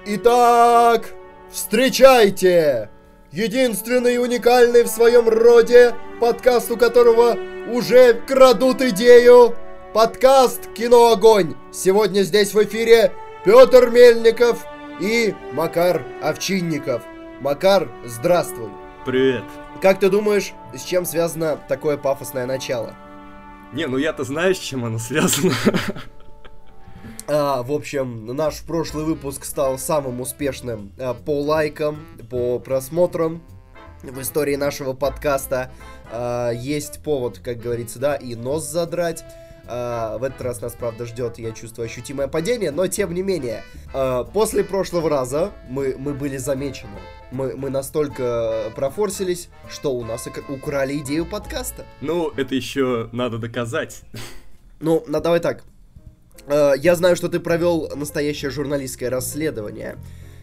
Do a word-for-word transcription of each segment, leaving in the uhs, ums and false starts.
Итак, встречайте! Единственный и уникальный в своем роде подкаст, у которого уже крадут идею. Подкаст «Кино Огонь». Сегодня здесь в эфире Петр Мельников и Макар Овчинников. Макар, здравствуй. Привет. Как ты думаешь, с чем связано такое пафосное начало? Не, ну я-то знаю, с чем оно связано. А, в общем, наш прошлый выпуск стал самым успешным а, по лайкам, по просмотрам в истории нашего подкаста. А, есть повод, как говорится, да, и нос задрать. А, в этот раз нас, правда, ждет, я чувствую, ощутимое падение, но тем не менее. А, после прошлого раза мы, мы были замечены. Мы, мы настолько профорсились, что у нас украли идею подкаста. Ну, это еще надо доказать. Ну, ну давай так. Я знаю, что ты провел настоящее журналистское расследование.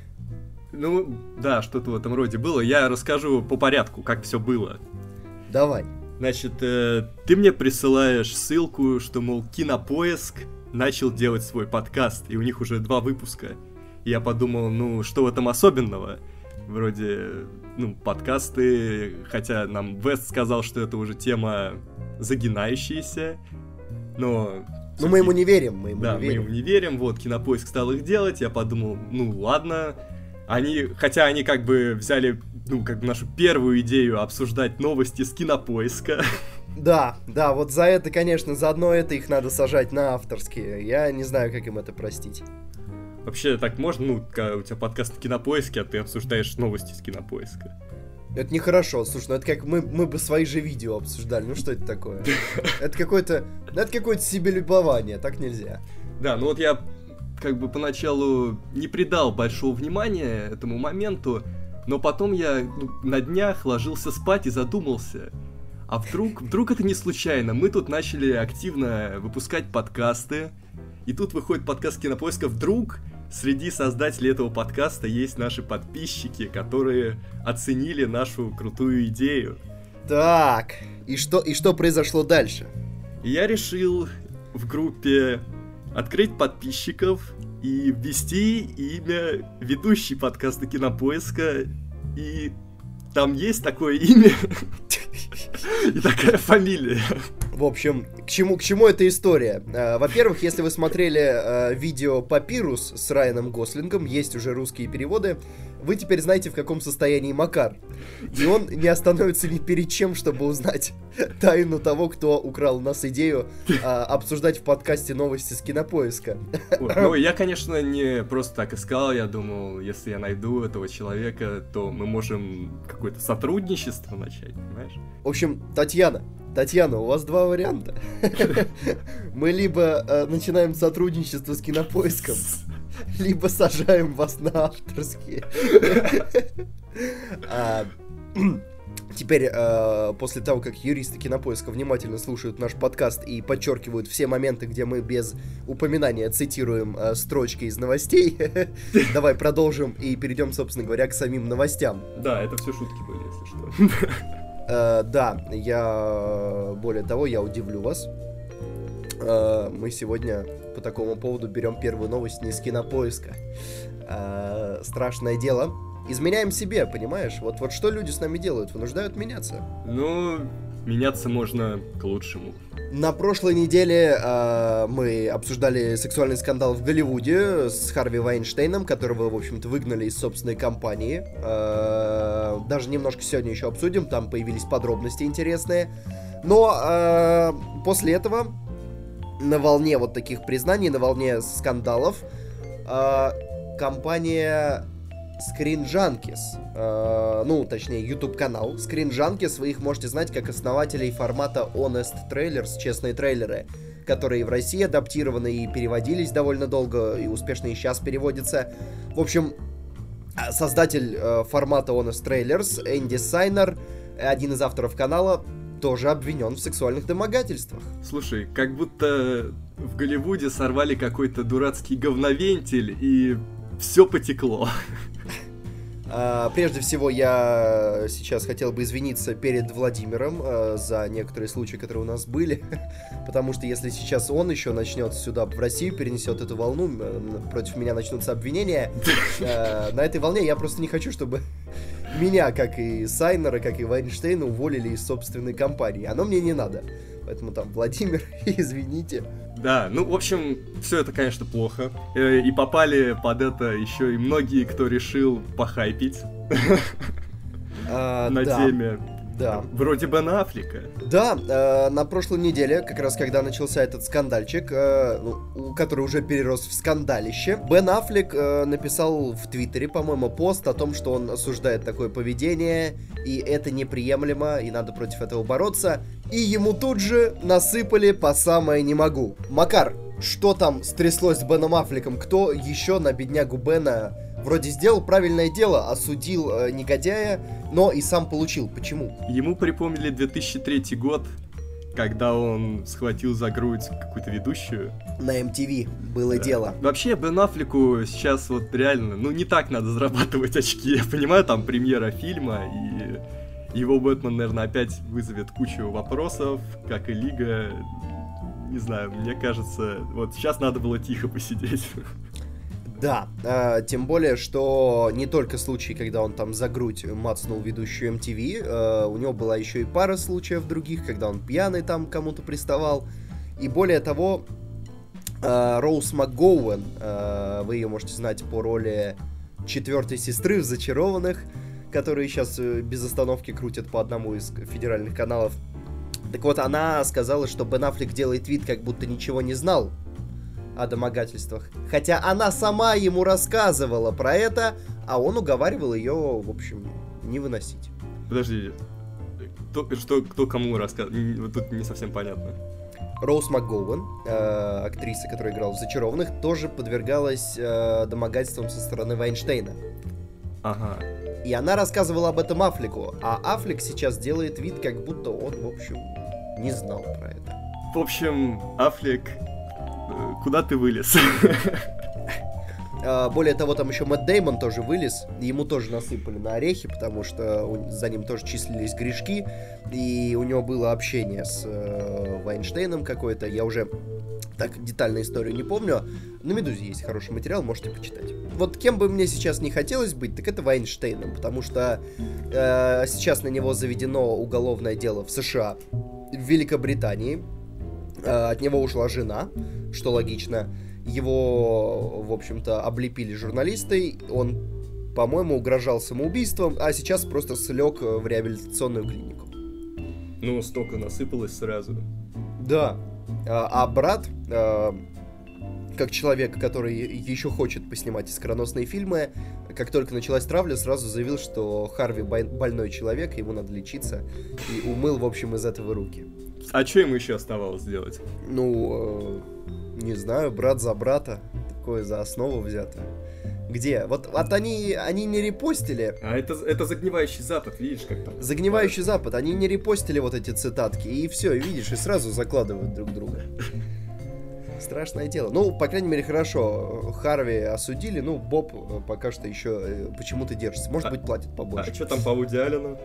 Ну, да, что-то в этом роде было. Я расскажу по порядку, как все было. Давай. Значит, э, ты мне присылаешь ссылку, что, мол, Кинопоиск начал делать свой подкаст, и у них уже два выпуска. И я подумал, ну, что в этом особенного? Вроде, ну, подкасты, хотя нам Вест сказал, что это уже тема загинающаяся, но... Ну, мы ему не верим, мы ему да, не верим. мы ему не верим, вот, Кинопоиск стал их делать, я подумал, ну, ладно, они, хотя они как бы взяли, ну, как бы нашу первую идею обсуждать новости с Кинопоиска. Да, да, вот за это, конечно, за одно это их надо сажать на авторские, я не знаю, как им это простить. Вообще, так можно, ну, когда у тебя подкаст на Кинопоиске, а ты обсуждаешь новости с Кинопоиска? Это нехорошо, слушай, ну это как мы, мы бы свои же видео обсуждали, ну что это такое? Это какое-то, это какое-то себелюбование, так нельзя. Да, ну вот я как бы поначалу не придал большого внимания этому моменту, но потом я ну, на днях ложился спать и задумался, а вдруг, вдруг это не случайно, мы тут начали активно выпускать подкасты, и тут выходит подкаст Кинопоиска, вдруг... Среди создателей этого подкаста есть наши подписчики, которые оценили нашу крутую идею. Так, и что, и что произошло дальше? Я решил в группе открыть подписчиков и ввести имя ведущей подкаста Кинопоиска. И там есть такое имя и такая фамилия. В общем, к чему, к чему эта история? Uh, во-первых, если вы смотрели uh, видео «Папирус» с Райаном Гослингом, есть уже русские переводы, вы теперь знаете, в каком состоянии Макар. И он не остановится ни перед чем, чтобы узнать тайну того, кто украл у нас идею uh, обсуждать в подкасте новости с Кинопоиска. Ой, ну, я, конечно, не просто так искал, я думал, если я найду этого человека, то мы можем какое-то сотрудничество начать, понимаешь? В общем, Татьяна, Татьяна, у вас два варианта. Мы либо э, начинаем сотрудничество с Кинопоиском, либо сажаем вас на авторские. а, теперь, э, после того, как юристы Кинопоиска внимательно слушают наш подкаст и подчеркивают все моменты, где мы без упоминания цитируем э, строчки из новостей, давай продолжим и перейдем, собственно говоря, к самим новостям. Да, это все шутки были, если что. Uh, да, я, более того, я удивлю вас. Uh, мы сегодня по такому поводу берем первую новость не с Кинопоиска. Uh, страшное дело. Изменяем себе, понимаешь? Вот, вот что люди с нами делают? Вынуждают меняться. Ну, меняться можно к лучшему. На прошлой неделе э, мы обсуждали сексуальный скандал в Голливуде с Харви Вайнштейном, которого, в общем-то, выгнали из собственной компании. Э, даже немножко сегодня еще обсудим, там появились подробности интересные. Но э, после этого, на волне вот таких признаний, на волне скандалов, э, компания... Screen Junkies, э, ну, точнее, YouTube-канал Screen Junkies, вы их можете знать как основателей формата Honest Trailers, честные трейлеры, которые в России адаптированы и переводились довольно долго, и успешно и сейчас переводятся. В общем, создатель э, формата Honest Trailers, Энди Сайнер, один из авторов канала, тоже обвинен в сексуальных домогательствах. Слушай, как будто в Голливуде сорвали какой-то дурацкий говновентиль, и все потекло. А, прежде всего, я сейчас хотел бы извиниться перед Владимиром а, за некоторые случаи, которые у нас были, потому что если сейчас он еще начнет сюда, в Россию, перенесет эту волну, против меня начнутся обвинения, а, на этой волне я просто не хочу, чтобы меня, как и Сайнера, как и Вайнштейна, уволили из собственной компании. Оно мне не надо. Поэтому там, Владимир, извините. Да, ну, в общем, все это, конечно, плохо. И попали под это еще и многие, кто решил похайпить а, на да, теме. Да. Вроде Бен Аффлека. Да, э, на прошлой неделе, как раз когда начался этот скандальчик, э, ну, который уже перерос в скандалище, Бен Аффлек э, написал в Твиттере, по-моему, пост о том, что он осуждает такое поведение, и это неприемлемо, и надо против этого бороться. И ему тут же насыпали по самое не могу. Макар, что там стряслось с Беном Аффлеком? Кто еще на беднягу Бена вроде сделал правильное дело, осудил э, негодяя, но и сам получил? Почему? Ему припомнили две тысячи третий год, когда он схватил за грудь какую-то ведущую. На эм ти ви было Да. дело. Вообще, Бен Аффлеку сейчас вот реально, ну не так надо зарабатывать очки. Я понимаю, там премьера фильма, и его Бэтмен, наверное, опять вызовет кучу вопросов, как и Лига. Не знаю, мне кажется, вот сейчас надо было тихо посидеть. Да, э, тем более, что не только случаи, когда он там за грудь мацнул ведущую эм ти ви, э, у него была еще и пара случаев других, когда он пьяный там кому-то приставал. И более того, э, Роуз МакГоуэн, э, вы ее можете знать по роли четвертой сестры в «Зачарованных», которые сейчас э, без остановки крутят по одному из федеральных каналов. Так вот, она сказала, что Бен Аффлек делает вид, как будто ничего не знал о домогательствах. Хотя она сама ему рассказывала про это, а он уговаривал ее, в общем, не выносить. Подожди, кто, что, кто кому рассказывал? Тут не совсем понятно. Роуз МакГоуэн, э, актриса, которая играла в «Зачарованных», тоже подвергалась э, домогательствам со стороны Вайнштейна. Ага. И она рассказывала об этом Аффлеку, а Аффлек сейчас делает вид, как будто он, в общем, не знал про это. В общем, Аффлек, куда ты вылез? Более того, там еще Мэтт Дэймон тоже вылез, ему тоже насыпали на орехи, потому что за ним тоже числились грешки, и у него было общение с э, Вайнштейном какое-то, я уже так детально историю не помню. На «Медузе» есть хороший материал, можете почитать. Вот кем бы мне сейчас не хотелось быть, так это Вайнштейном, потому что э, сейчас на него заведено уголовное дело в США, в Великобритании, э, от него ушла жена, что логично. Его, в общем-то, облепили журналисты, он, по-моему, угрожал самоубийством, а сейчас просто слег в реабилитационную клинику. Ну, столько насыпалось сразу. Да, а, а брат, а, как человек, который еще хочет поснимать искроносные фильмы, как только началась травля, сразу заявил, что Харви больной человек, ему надо лечиться, и умыл, в общем, из этого руки. А что ему еще оставалось делать? Ну, не знаю, брат за брата, такое за основу взято. Где? Вот, вот они, они не репостили. А это, это загнивающий Запад, видишь, как там? Загнивающий Запад, они не репостили вот эти цитатки, и все, и видишь, и сразу закладывают друг друга. Страшное дело. Ну, по крайней мере, хорошо. Харви осудили, ну, Боб пока что еще почему-то держится. Может быть, платит побольше. А что там по Вуди Аллену?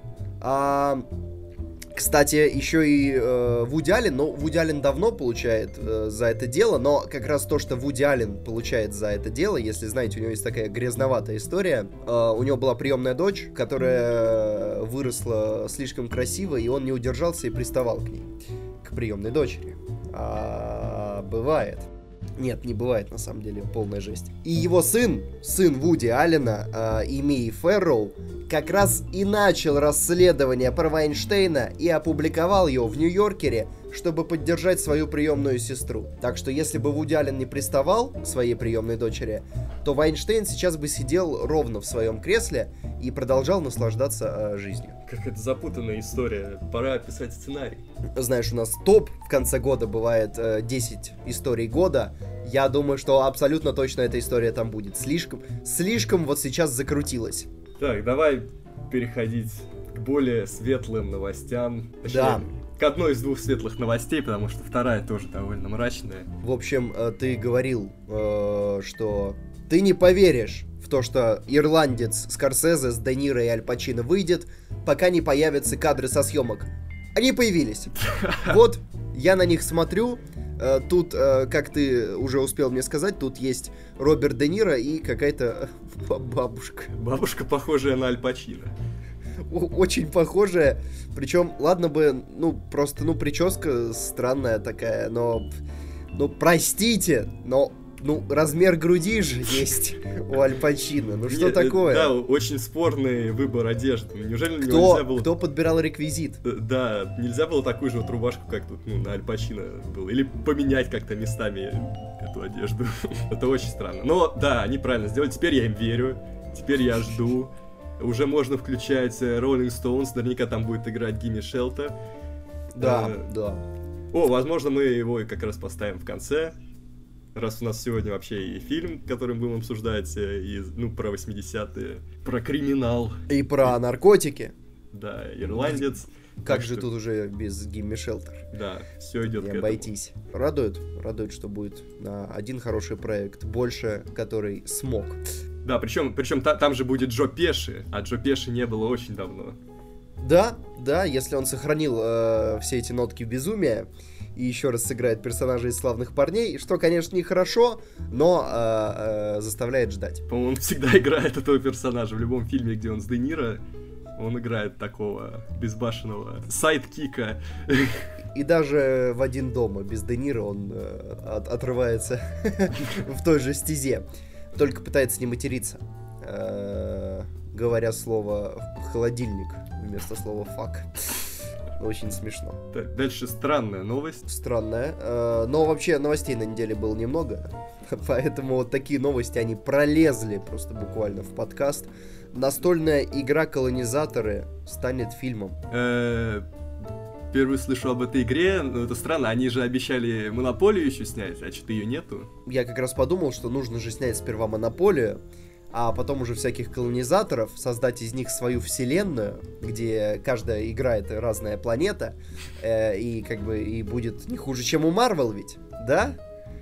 А, кстати, еще и э, Вуди Аллен, ну, Вуди Аллен давно получает э, за это дело, но как раз то, что Вуди Аллен получает за это дело, если знаете, у него есть такая грязноватая история, э, у него была приемная дочь, которая выросла слишком красиво, и он не удержался и приставал к ней, к приемной дочери. А, бывает. Нет, не бывает, на самом деле, полная жесть. И его сын, сын Вуди Аллена, э, Имей Ферроу, как раз и начал расследование про Вайнштейна и опубликовал его в Нью-Йоркере, чтобы поддержать свою приемную сестру. Так что если бы Вуди Аллен не приставал к своей приемной дочери, то Вайнштейн сейчас бы сидел ровно в своем кресле и продолжал наслаждаться э, жизнью. Как это запутанная история. Пора писать сценарий. Знаешь, у нас топ в конце года бывает э, десять историй года. Я думаю, что абсолютно точно эта история там будет. Слишком, слишком вот сейчас закрутилась. Так, давай переходить к более светлым новостям. Точнее, Да. к одной из двух светлых новостей, потому что вторая тоже довольно мрачная. В общем, э, ты говорил, э, что ты не поверишь в то, что «Ирландец» Скорсезе с Де Ниро и Аль Пачино выйдет, пока не появятся кадры со съемок. Они появились. Вот, я на них смотрю. Тут, как ты уже успел мне сказать, тут есть Роберт Де Ниро и какая-то бабушка. Бабушка, похожая на Аль Пачино. Очень похожая. Причем, ладно бы, ну, просто, ну, прическа странная такая, но... Ну, простите, но... Ну, размер груди же есть у Аль Пачино. Ну, что Нет, такое? Да, очень спорный выбор одежды. Неужели кто, нельзя было... Кто подбирал реквизит? Да, нельзя было такую же вот рубашку, как тут, ну, на Аль Пачино было. Или поменять как-то местами эту одежду. Это очень странно. Но, да, они правильно сделали. Теперь я им верю. Теперь я жду. Уже можно включать Rolling Stones. Наверняка там будет играть Гимми Шелта. Да, а, да. О, возможно, мы его как раз поставим в конце. Раз у нас сегодня вообще и фильм, который мы будем обсуждать, и, ну, про восьмидесятые, про криминал. И про наркотики. Да, «Ирландец». Как так же что... тут уже без Гимми Шелтер? Да, все идет не к обойтись. Этому. Радует, радует, что будет на один хороший проект больше, который смог. Да, причем, причем та, там же будет Джо Пеши, а Джо Пеши не было очень давно. Да, да, если он сохранил э, все эти нотки безумия и еще раз сыграет персонажей из «Славных парней», что, конечно, нехорошо, но э, э, заставляет ждать. По-моему, он всегда играет этого персонажа. В любом фильме, где он с Де Ниро, он играет такого безбашенного сайдкика. И даже в «Один дома» без Де Ниро он э, от, отрывается в той же стезе. Только пытается не материться, э, говоря слово «холодильник» вместо слова «фак». Очень смешно. Так, дальше странная новость. Странная. Э, но вообще новостей на неделе было немного. Поэтому вот такие новости, они пролезли просто буквально в подкаст. Настольная игра «Колонизаторы» станет фильмом. Первый слышу об этой игре, но это странно, они же обещали «Монополию» еще снять, а что-то ее нету. Я как раз подумал, что нужно же снять сперва «Монополию», а потом уже всяких колонизаторов, создать из них свою вселенную, где каждая игра — это разная планета, э, и как бы и будет не хуже, чем у Марвел ведь, да?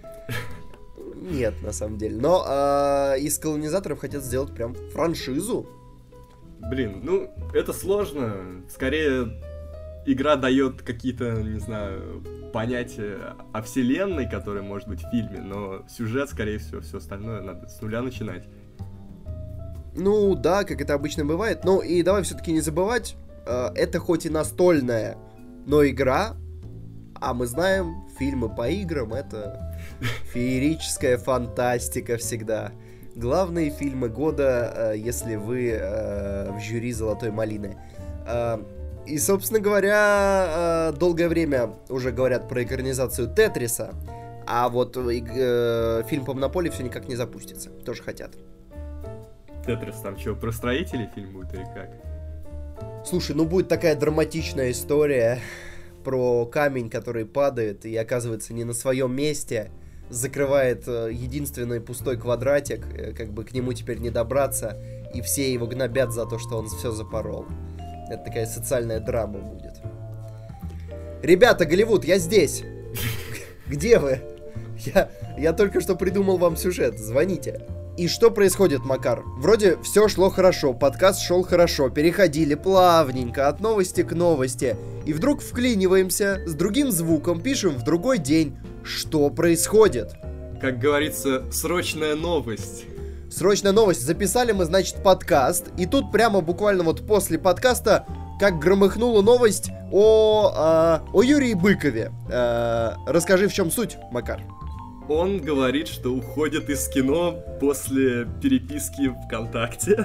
Нет, на самом деле. Но э, из колонизаторов хотят сделать прям франшизу. Блин, ну, это сложно. Скорее, игра дает какие-то, не знаю, понятия о вселенной, которая может быть в фильме, но сюжет, скорее всего, все остальное надо с нуля начинать. Ну да, как это обычно бывает. Ну и давай все-таки не забывать, э, это хоть и настольная, но игра, а мы знаем, фильмы по играм — это феерическая фантастика всегда. Главные фильмы года, э, если вы э, в жюри «Золотой малины». Э, и, собственно говоря, э, долгое время уже говорят про экранизацию «Тетриса», а вот э, фильм по «Монополии» все никак не запустится. Тоже хотят. «Тетрис» там что, про строителей фильм будет или как? Слушай, ну будет такая драматичная история про камень, который падает и оказывается не на своем месте, закрывает единственный пустой квадратик, как бы к нему теперь не добраться, и все его гнобят за то, что он все запорол. Это такая социальная драма будет. Ребята, Голливуд, я здесь! Где вы? Я, я только что придумал вам сюжет, звоните. И что происходит, Макар? Вроде все шло хорошо, подкаст шел хорошо, переходили плавненько от новости к новости. И вдруг вклиниваемся, с другим звуком, пишем в другой день. Что происходит? Как говорится, срочная новость. Срочная новость. Записали мы, значит, подкаст. И тут прямо буквально вот после подкаста, как громыхнула новость о, о, о Юрии Быкове. Э, расскажи, в чем суть, Макар. Он говорит, что уходит из кино после переписки ВКонтакте.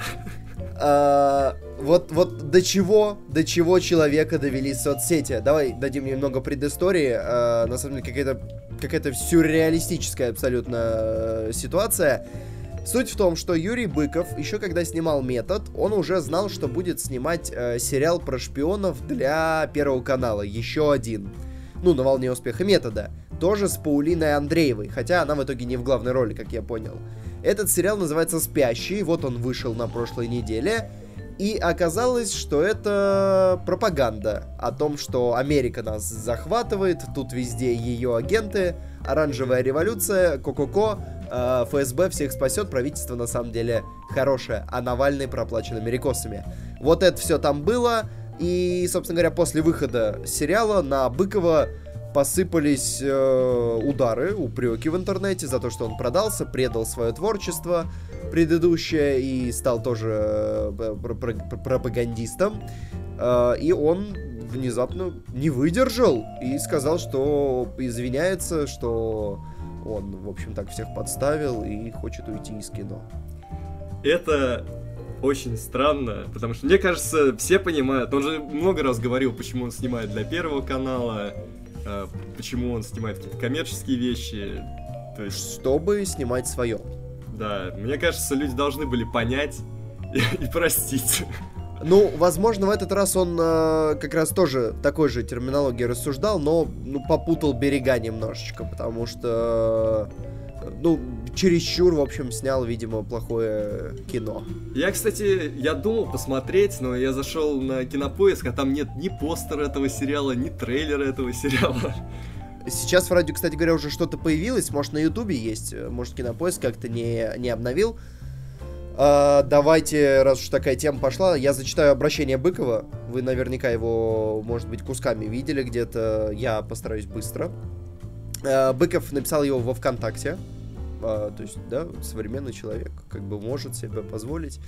А, вот, вот до чего, до чего человека довели соцсети. Давай дадим немного предыстории. А, на самом деле какая-то, какая-то сюрреалистическая абсолютно ситуация. Суть в том, что Юрий Быков, еще когда снимал «Метод», он уже знал, что будет снимать э, сериал про шпионов для Первого канала. Еще один. Ну, на волне успеха «Метода». Тоже с Паулиной Андреевой, хотя она в итоге не в главной роли, как я понял. Этот сериал называется «Спящий», вот он вышел на прошлой неделе, и оказалось, что это пропаганда о том, что Америка нас захватывает, тут везде ее агенты, оранжевая революция, ко-ко-ко, э, эф эс бэ всех спасет, правительство на самом деле хорошее, а Навальный проплачен америкосами. Вот это все там было, и, собственно говоря, после выхода сериала на Быкова посыпались э, удары, упреки в интернете за то, что он продался, предал свое творчество предыдущее и стал тоже э, пропагандистом. Э, и он внезапно не выдержал и сказал, что извиняется, что он, в общем, так всех подставил и хочет уйти из кино. Это очень странно, потому что, мне кажется, все понимают, он же много раз говорил, почему он снимает для Первого канала, почему он снимает какие-то коммерческие вещи. То есть... Чтобы снимать свое. Да, мне кажется, люди должны были понять и, и простить. Ну, возможно, в этот раз он э, как раз тоже такой же терминологией рассуждал, но ну, попутал берега немножечко, потому что, э, ну, чересчур, в общем, снял, видимо, плохое кино. Я, кстати, я думал посмотреть, но я зашел на Кинопоиск, а там нет ни постера этого сериала, ни трейлера этого сериала. Сейчас в радио, кстати говоря, уже что-то появилось, может, на Ютубе есть, может, Кинопоиск как-то не, не обновил. Uh, давайте, раз уж такая тема пошла, я зачитаю обращение Быкова. Вы наверняка его, может быть, кусками видели где-то. Я постараюсь быстро. Uh, Быков написал его во ВКонтакте. Uh, то есть, да, современный человек, как бы может себе позволить.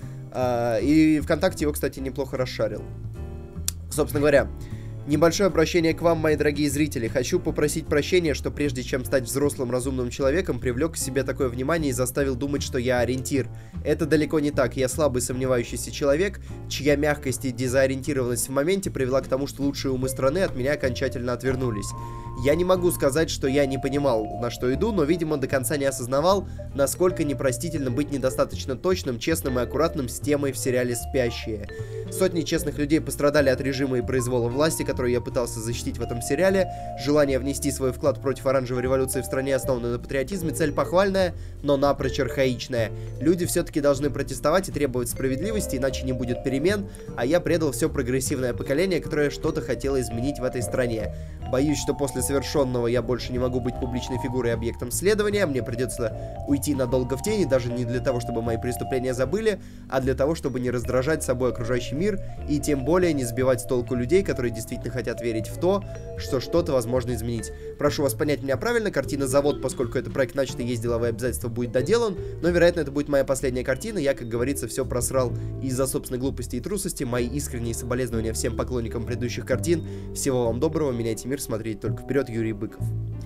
Uh, и ВКонтакте его, кстати, неплохо расшарил. Собственно говоря, небольшое обращение к вам, мои дорогие зрители. Хочу попросить прощения, что прежде чем стать взрослым разумным человеком, привлек к себе такое внимание и заставил думать, что я ориентир. Это далеко не так. Я слабый сомневающийся человек, чья мягкость и дезориентированность в моменте привела к тому, что лучшие умы страны от меня окончательно отвернулись. Я не могу сказать, что я не понимал, на что иду, но, видимо, до конца не осознавал, насколько непростительно быть недостаточно точным, честным и аккуратным с темой в сериале «Спящие». Сотни честных людей пострадали от режима и произвола власти, которую я пытался защитить в этом сериале. Желание внести свой вклад против оранжевой революции в стране, основанной на патриотизме, цель похвальная, но напрочь архаичная. Люди все-таки должны протестовать и требовать справедливости, иначе не будет перемен, а я предал все прогрессивное поколение, которое что-то хотело изменить в этой стране. Боюсь, что после совершенного я больше не могу быть публичной фигурой и объектом следования, мне придется уйти надолго в тени, даже не для того, чтобы мои преступления забыли, а для того, чтобы не раздражать собой окружающий мир и тем более не сбивать с толку людей, которые действительно хотят верить в то, что что-то возможно изменить. Прошу вас понять меня правильно, картина «Завод», поскольку это проект начат и есть деловые обязательства, будет доделан, но, вероятно, это будет моя последняя картина. Я, как говорится, все просрал из-за собственной глупости и трусости. Мои искренние соболезнования всем поклонникам предыдущих картин. Всего вам доброго, меняйте мир, смотрите только вперед, Юрий Быков.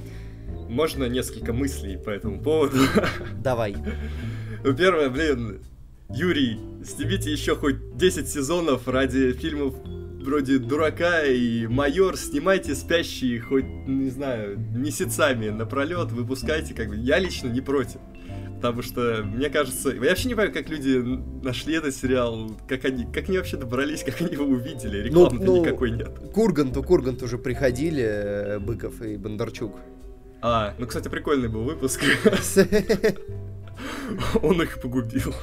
Можно несколько мыслей по этому поводу? Давай. Ну, первое, блин, Юрий, снимите еще хоть десять сезонов ради фильмов вроде «Дурака» и «Майор», снимайте «Спящие» хоть, не знаю, месяцами напролет, выпускайте, как бы, я лично не против. Потому что, мне кажется, я вообще не понимаю, как люди нашли этот сериал, как они, как они вообще добрались, как они его увидели, рекламы-то ну, ну, никакой нет. К Урганту, к Урганту уже приходили Быков и Бондарчук. А, ну, кстати, прикольный был выпуск. Он их погубил.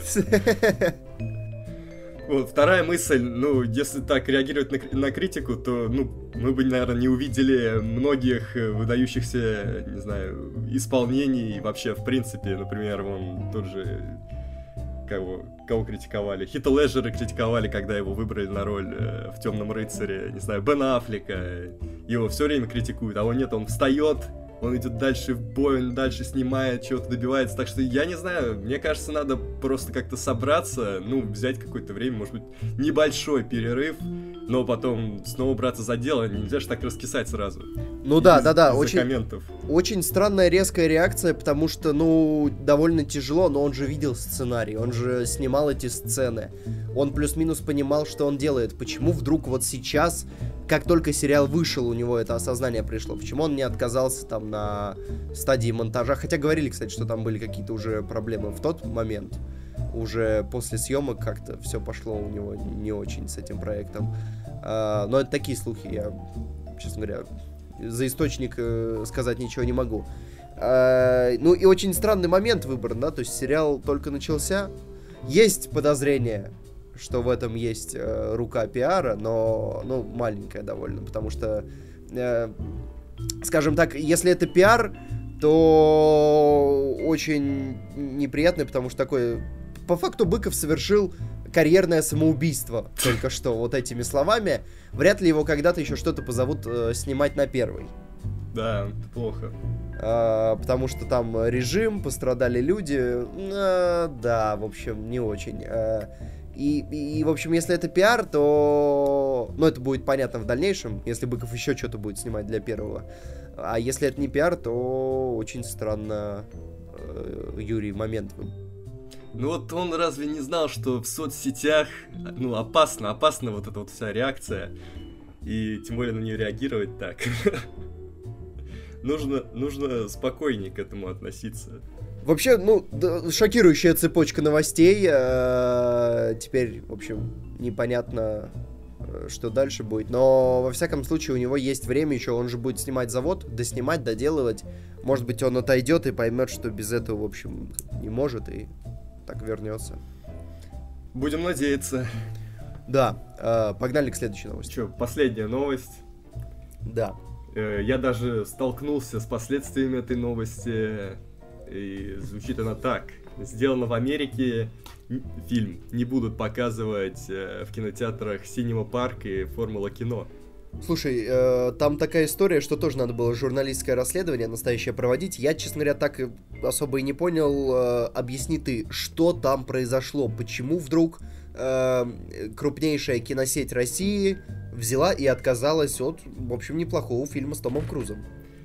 Вот, вторая мысль, ну, если так реагировать на, на критику, то, ну, мы бы, наверное, не увидели многих выдающихся, не знаю, исполнений вообще, в принципе, например, вон тот же, кого, кого критиковали, Хита Леджера критиковали, когда его выбрали на роль э, в «Темном рыцаре», не знаю, Бена Аффлека, его все время критикуют, а он нет, он встает, он идет дальше в бой, он дальше снимает, чего-то добивается. Так что, я не знаю, мне кажется, надо просто как-то собраться, ну, взять какое-то время, может быть, небольшой перерыв, но потом снова браться за дело. Нельзя же так раскисать сразу. Ну да, да, да, очень, комментов. Очень странная резкая реакция, потому что, ну, довольно тяжело, но он же видел сценарий, он же снимал эти сцены. Он плюс-минус понимал, что он делает. Почему вдруг вот сейчас, как только сериал вышел, у него это осознание пришло? Почему он не отказался там на стадии монтажа? Хотя говорили, кстати, что там были какие-то уже проблемы в тот момент. Уже после съемок как-то все пошло у него не очень с этим проектом. А, но это такие слухи, я, честно говоря, за источник э, сказать ничего не могу. А, ну и очень странный момент выбран, да, то есть сериал только начался. Есть подозрение, что в этом есть э, рука пиара, но, ну, маленькая довольно, потому что, э, скажем так, если это пиар, то очень неприятный, потому что такой... По факту Быков совершил карьерное самоубийство только что вот этими словами. Вряд ли его когда-то еще что-то позовут э, снимать на первый. Да, плохо. А, потому что там режим, пострадали люди. А, да, в общем, не очень. А, и, и, в общем, если это пиар, то... Ну, это будет понятно в дальнейшем, если Быков еще что-то будет снимать для первого. А если это не пиар, то очень странно, э, Юрий, момент. Ну вот он разве не знал, что в соцсетях, ну, опасно, опасна вот эта вот вся реакция. И тем более на нее реагировать так. Нужно, нужно спокойнее к этому относиться. Вообще, ну, шокирующая цепочка новостей. Теперь, в общем, непонятно, что дальше будет. Но, во всяком случае, у него есть время еще. Он же будет снимать завод, доснимать, доделывать. Может быть, он отойдет и поймет, что без этого, в общем, не может, и так вернется. Будем надеяться. Да, погнали к следующей новости. Че, последняя новость. Да. Я даже столкнулся с последствиями этой новости, и звучит она так. Сделано в Америке, фильм не будут показывать в кинотеатрах Cinema Park и Формула Кино. Слушай, э, там такая история, что тоже надо было журналистское расследование настоящее проводить. Я, честно говоря, так особо и не понял. Э, объясни ты, что там произошло, почему вдруг э, крупнейшая киносеть России взяла и отказалась от, в общем, неплохого фильма с Томом Крузом.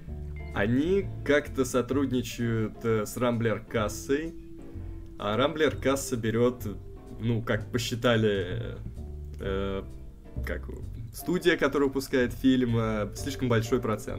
Они как-то сотрудничают э, с Рамблер кассой, а Рамблер касса берет, ну, как посчитали, э, как студия, которая выпускает фильм, э, слишком большой процент.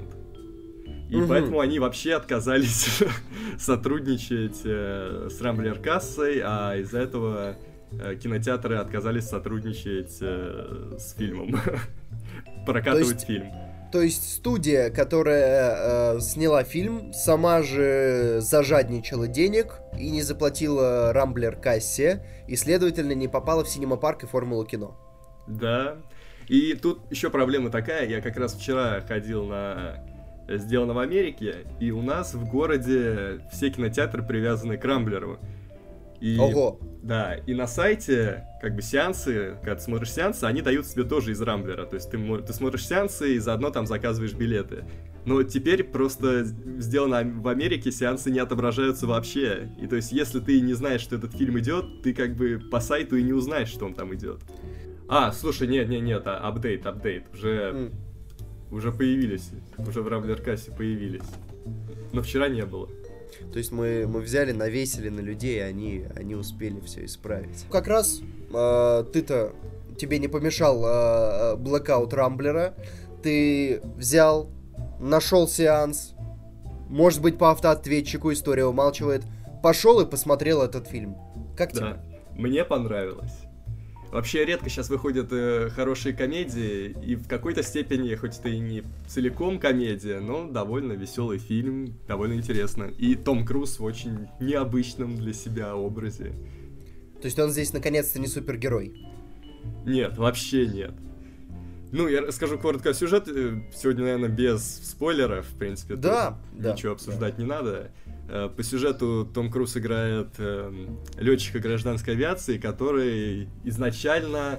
И угу. поэтому они вообще отказались сотрудничать э, с Рамблер кассой, а из-за этого э, кинотеатры отказались сотрудничать э, с фильмом, прокатывать есть, фильм. То есть студия, которая э, сняла фильм, сама же зажадничала денег и не заплатила Рамблер кассе, и, следовательно, не попала в Cinema Park и Формулу Кино. Да. И тут еще проблема такая, я как раз вчера ходил на «Сделано в Америке», и у нас в городе все кинотеатры привязаны к Рамблеру. И, Ого! Да, и на сайте, как бы, сеансы, когда ты смотришь сеансы, они дают тебе тоже из Рамблера. То есть ты, ты смотришь сеансы и заодно там заказываешь билеты. Но теперь просто «Сделано в Америке» сеансы не отображаются вообще. И то есть если ты не знаешь, что этот фильм идет, ты как бы по сайту и не узнаешь, что он там идет. А, слушай, нет, нет, нет, а, апдейт, апдейт. Уже, mm. уже появились, уже в Рамблер-кассе появились. Но вчера не было. То есть мы, мы взяли, навесили на людей, и они, они успели все исправить. Как раз э, ты-то, тебе не помешал э, блэкаут Рамблера. Ты взял, нашел сеанс, может быть, по автоответчику история умалчивает, пошел и посмотрел этот фильм. Как тебе? Да, мне понравилось. Вообще редко сейчас выходят э, хорошие комедии, и в какой-то степени, хоть это и не целиком комедия, но довольно веселый фильм, довольно интересно. И Том Круз в очень необычном для себя образе. То есть он здесь наконец-то не супергерой? Нет, вообще нет. Ну, я расскажу коротко сюжет, сегодня, наверное, без спойлеров, в принципе. Да, да. Ничего обсуждать да. не надо. По сюжету Том Круз играет э, летчика гражданской авиации, который изначально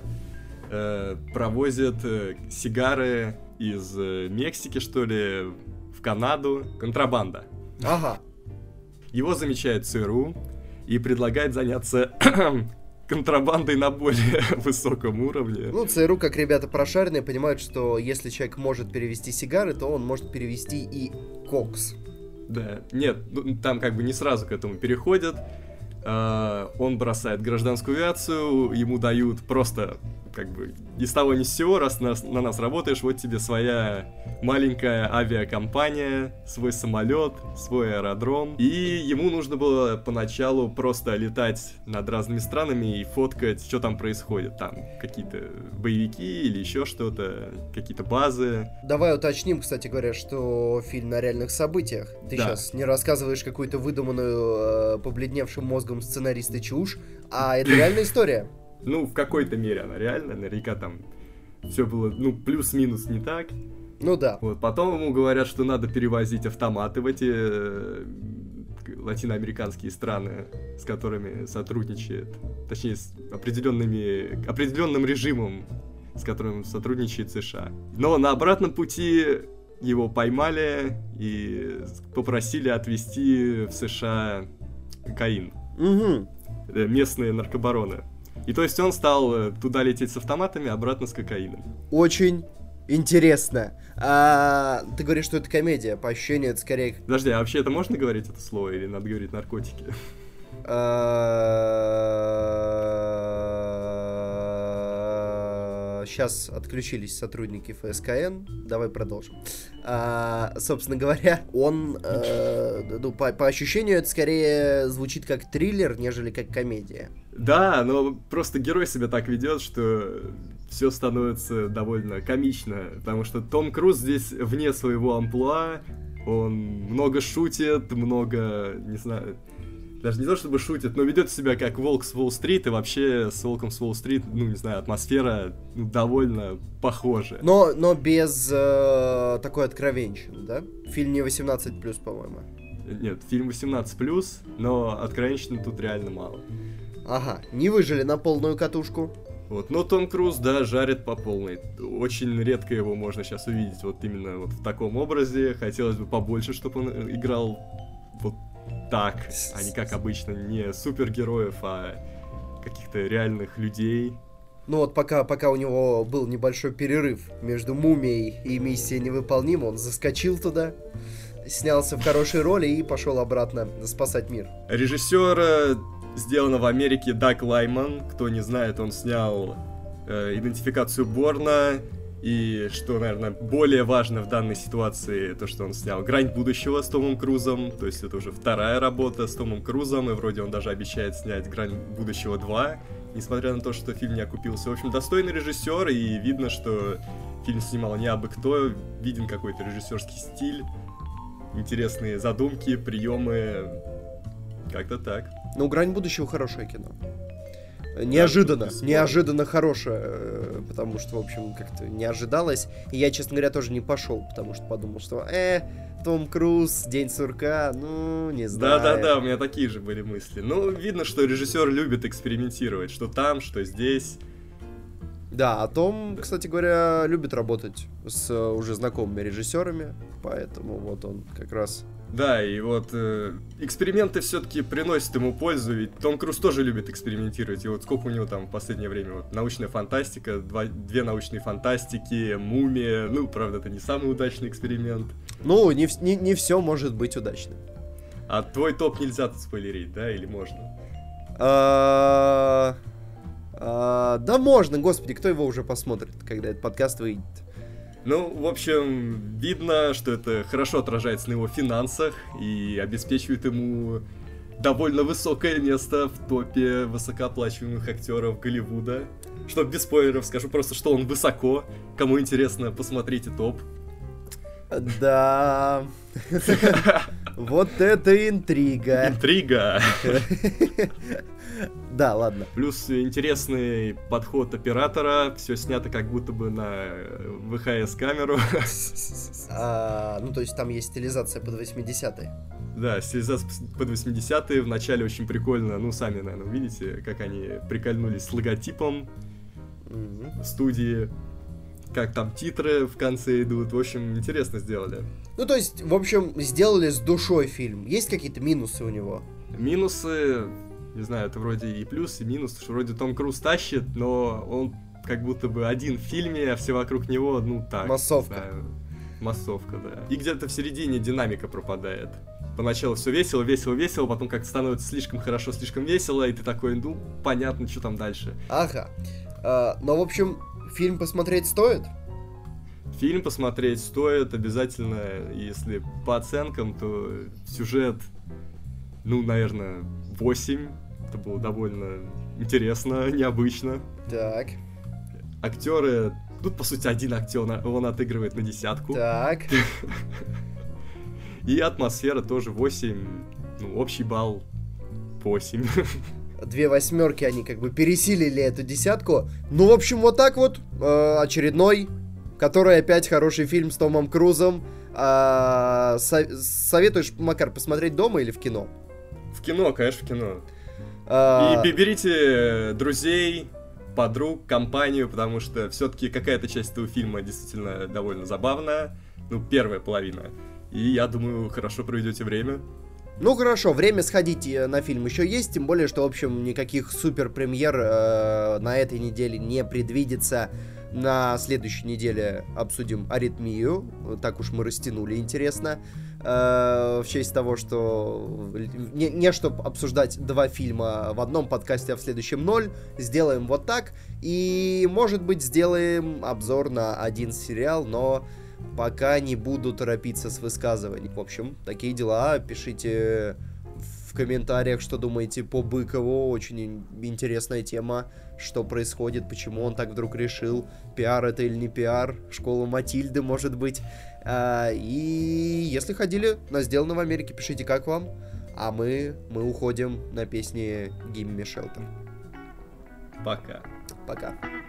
э, провозит э, сигары из э, Мексики, что ли, в Канаду. Контрабанда. Ага. Его замечает ЦРУ и предлагает заняться контрабандой на более высоком уровне. Ну, ЦРУ, как ребята прошаренные, понимают, что если человек может перевести сигары, то он может перевести и кокс. Да, нет, там как бы не сразу к этому переходят. Uh, он бросает гражданскую авиацию, ему дают просто как бы ни с того ни с сего, раз на, на нас работаешь, вот тебе своя маленькая авиакомпания, свой самолет, свой аэродром. И ему нужно было поначалу просто летать над разными странами и фоткать, что там происходит. Там какие-то боевики или еще что-то, какие-то базы. Давай уточним, кстати говоря, что фильм на реальных событиях. Ты да. сейчас не рассказываешь какую-то выдуманную, э, побледневшим мозгом сценариста чушь, а это реальная история. Ну, в какой-то мере она реальная, наверняка там все было, ну, плюс-минус не так, Ну да. Вот, потом ему говорят, что надо перевозить автоматы в эти э, латиноамериканские страны, с которыми сотрудничает, точнее, с определенными, определенным режимом, с которым сотрудничает США. Но на обратном пути его поймали и попросили отвезти в США кокаин. Угу. Местные наркобароны. И то есть он стал туда лететь с автоматами, обратно с кокаином. Очень интересно. А, ты говоришь, что это комедия, по ощущению это скорее... Подожди, а вообще это можно говорить, это слово, или надо говорить наркотики? Сейчас отключились сотрудники эф эс ка эн. Давай продолжим. А, собственно говоря, он, э, ну, по, по ощущению, это скорее звучит как триллер, нежели как комедия. Да, но просто герой себя так ведет, что все становится довольно комично, потому что Том Круз здесь вне своего амплуа, он много шутит, много, не знаю... Даже не то, чтобы шутит, но ведет себя как волк с Уолл-стрит, и вообще с волком с Уолл-стрит, ну, не знаю, атмосфера ну, довольно похожа. Но, но без э, такой откровенщины, да? Фильм не восемнадцать плюс, по-моему. Нет, фильм восемнадцать плюс, но откровенщины тут реально мало. Ага, не выжили на полную катушку. Вот, но Том Круз, да, жарит по полной. Очень редко его можно сейчас увидеть вот именно вот в таком образе. Хотелось бы побольше, чтобы он играл вот так, а не как обычно, не супергероев, а каких-то реальных людей. Ну вот пока, пока у него был небольшой перерыв между «Мумией» и «Миссия невыполнима», он заскочил туда, снялся в хорошей роли и пошел обратно спасать мир. Режиссер сделано в Америке Даг Лайман. Кто не знает, он снял э, «Идентификацию Борна». И что, наверное, более важно в данной ситуации, то, что он снял «Грань будущего» с Томом Крузом. То есть это уже вторая работа с Томом Крузом, и вроде он даже обещает снять «Грань будущего два», несмотря на то, что фильм не окупился. В общем, достойный режиссер, и видно, что фильм снимал не абы кто, виден какой-то режиссерский стиль, интересные задумки, приемы, как-то так. Ну, «Грань будущего» хорошее кино. Неожиданно, да, неожиданно хорошее, потому что, в общем, как-то не ожидалось. И я, честно говоря, тоже не пошел, потому что подумал, что, э, Том Круз, День сурка, ну, не знаю. Да-да-да, у меня такие же были мысли. Ну, видно, что режиссер любит экспериментировать, что там, что здесь. Да, а Том, кстати говоря, любит работать с уже знакомыми режиссерами, поэтому вот он как раз... Да, и вот э, эксперименты все-таки приносят ему пользу, ведь Том Круз тоже любит экспериментировать, и вот сколько у него там в последнее время, вот научная фантастика, два, две научные фантастики, «Мумия», ну, правда, это не самый удачный эксперимент. Ну, не, не, не все может быть удачным. А твой топ нельзя тут спойлерить, да, или можно? А, а, да можно, господи, кто его уже посмотрит, когда этот подкаст выйдет? Ну, в общем, видно, что это хорошо отражается на его финансах и обеспечивает ему довольно высокое место в топе высокооплачиваемых актеров Голливуда. Что без спойлеров скажу просто, что он высоко. Кому интересно, посмотрите топ. Да. Вот это интрига. Интрига. Да, ладно. Плюс интересный подход оператора. Все снято как будто бы на вэ ха эс-камеру. А, ну, то есть там есть стилизация под восьмидесятые. Да, стилизация под восьмидесятые. Вначале очень прикольно. Ну, сами, наверное, увидите, как они прикольнулись с логотипом mm-hmm. студии. Как там титры в конце идут. В общем, интересно сделали. Ну, то есть, в общем, сделали с душой фильм. Есть какие-то минусы у него? Минусы... Не знаю, это вроде и плюс, и минус, что вроде Том Круз тащит, но он как будто бы один в фильме, а все вокруг него, ну так. Массовка. Знаю, массовка, да. И где-то в середине динамика пропадает. Поначалу все весело, весело, весело, потом как-то становится слишком хорошо, слишком весело, и ты такой, ну, понятно, что там дальше. Ага. А, но, в общем, фильм посмотреть стоит? Фильм посмотреть стоит обязательно, если по оценкам, то сюжет, ну, наверное, восемь. Это было довольно интересно, необычно. Так. Актеры... Тут, по сути, один актер, он отыгрывает на десятку. Так. И атмосфера тоже восемь. Ну, общий балл восемь. Две восьмерки, они как бы пересилили эту десятку. Ну, в общем, вот так вот. Э, очередной который опять хороший фильм с Томом Крузом. А, со- советуешь, Макар, посмотреть дома или в кино? В кино, конечно, в кино. А... И берите друзей, подруг, компанию, потому что все-таки какая-то часть этого фильма действительно довольно забавная. Ну, первая половина. И я думаю, хорошо проведете время. Ну хорошо, время сходить на фильм еще есть, тем более, что, в общем, никаких супер премьер э, на этой неделе не предвидится. На следующей неделе обсудим «Аритмию», так уж мы растянули, интересно, э, в честь того, что не, не чтобы обсуждать два фильма в одном подкасте, а в следующем ноль, сделаем вот так, и, может быть, сделаем обзор на один сериал, но... пока не буду торопиться с высказыванием. В общем, такие дела. Пишите в комментариях, что думаете по Быкову. Очень интересная тема. Что происходит, почему он так вдруг решил. Пиар это или не пиар. Школа Матильды, может быть. А, и если ходили на «Сделано в Америке», пишите, как вам. А мы, мы уходим на песни Gimme Shelter. Пока. Пока.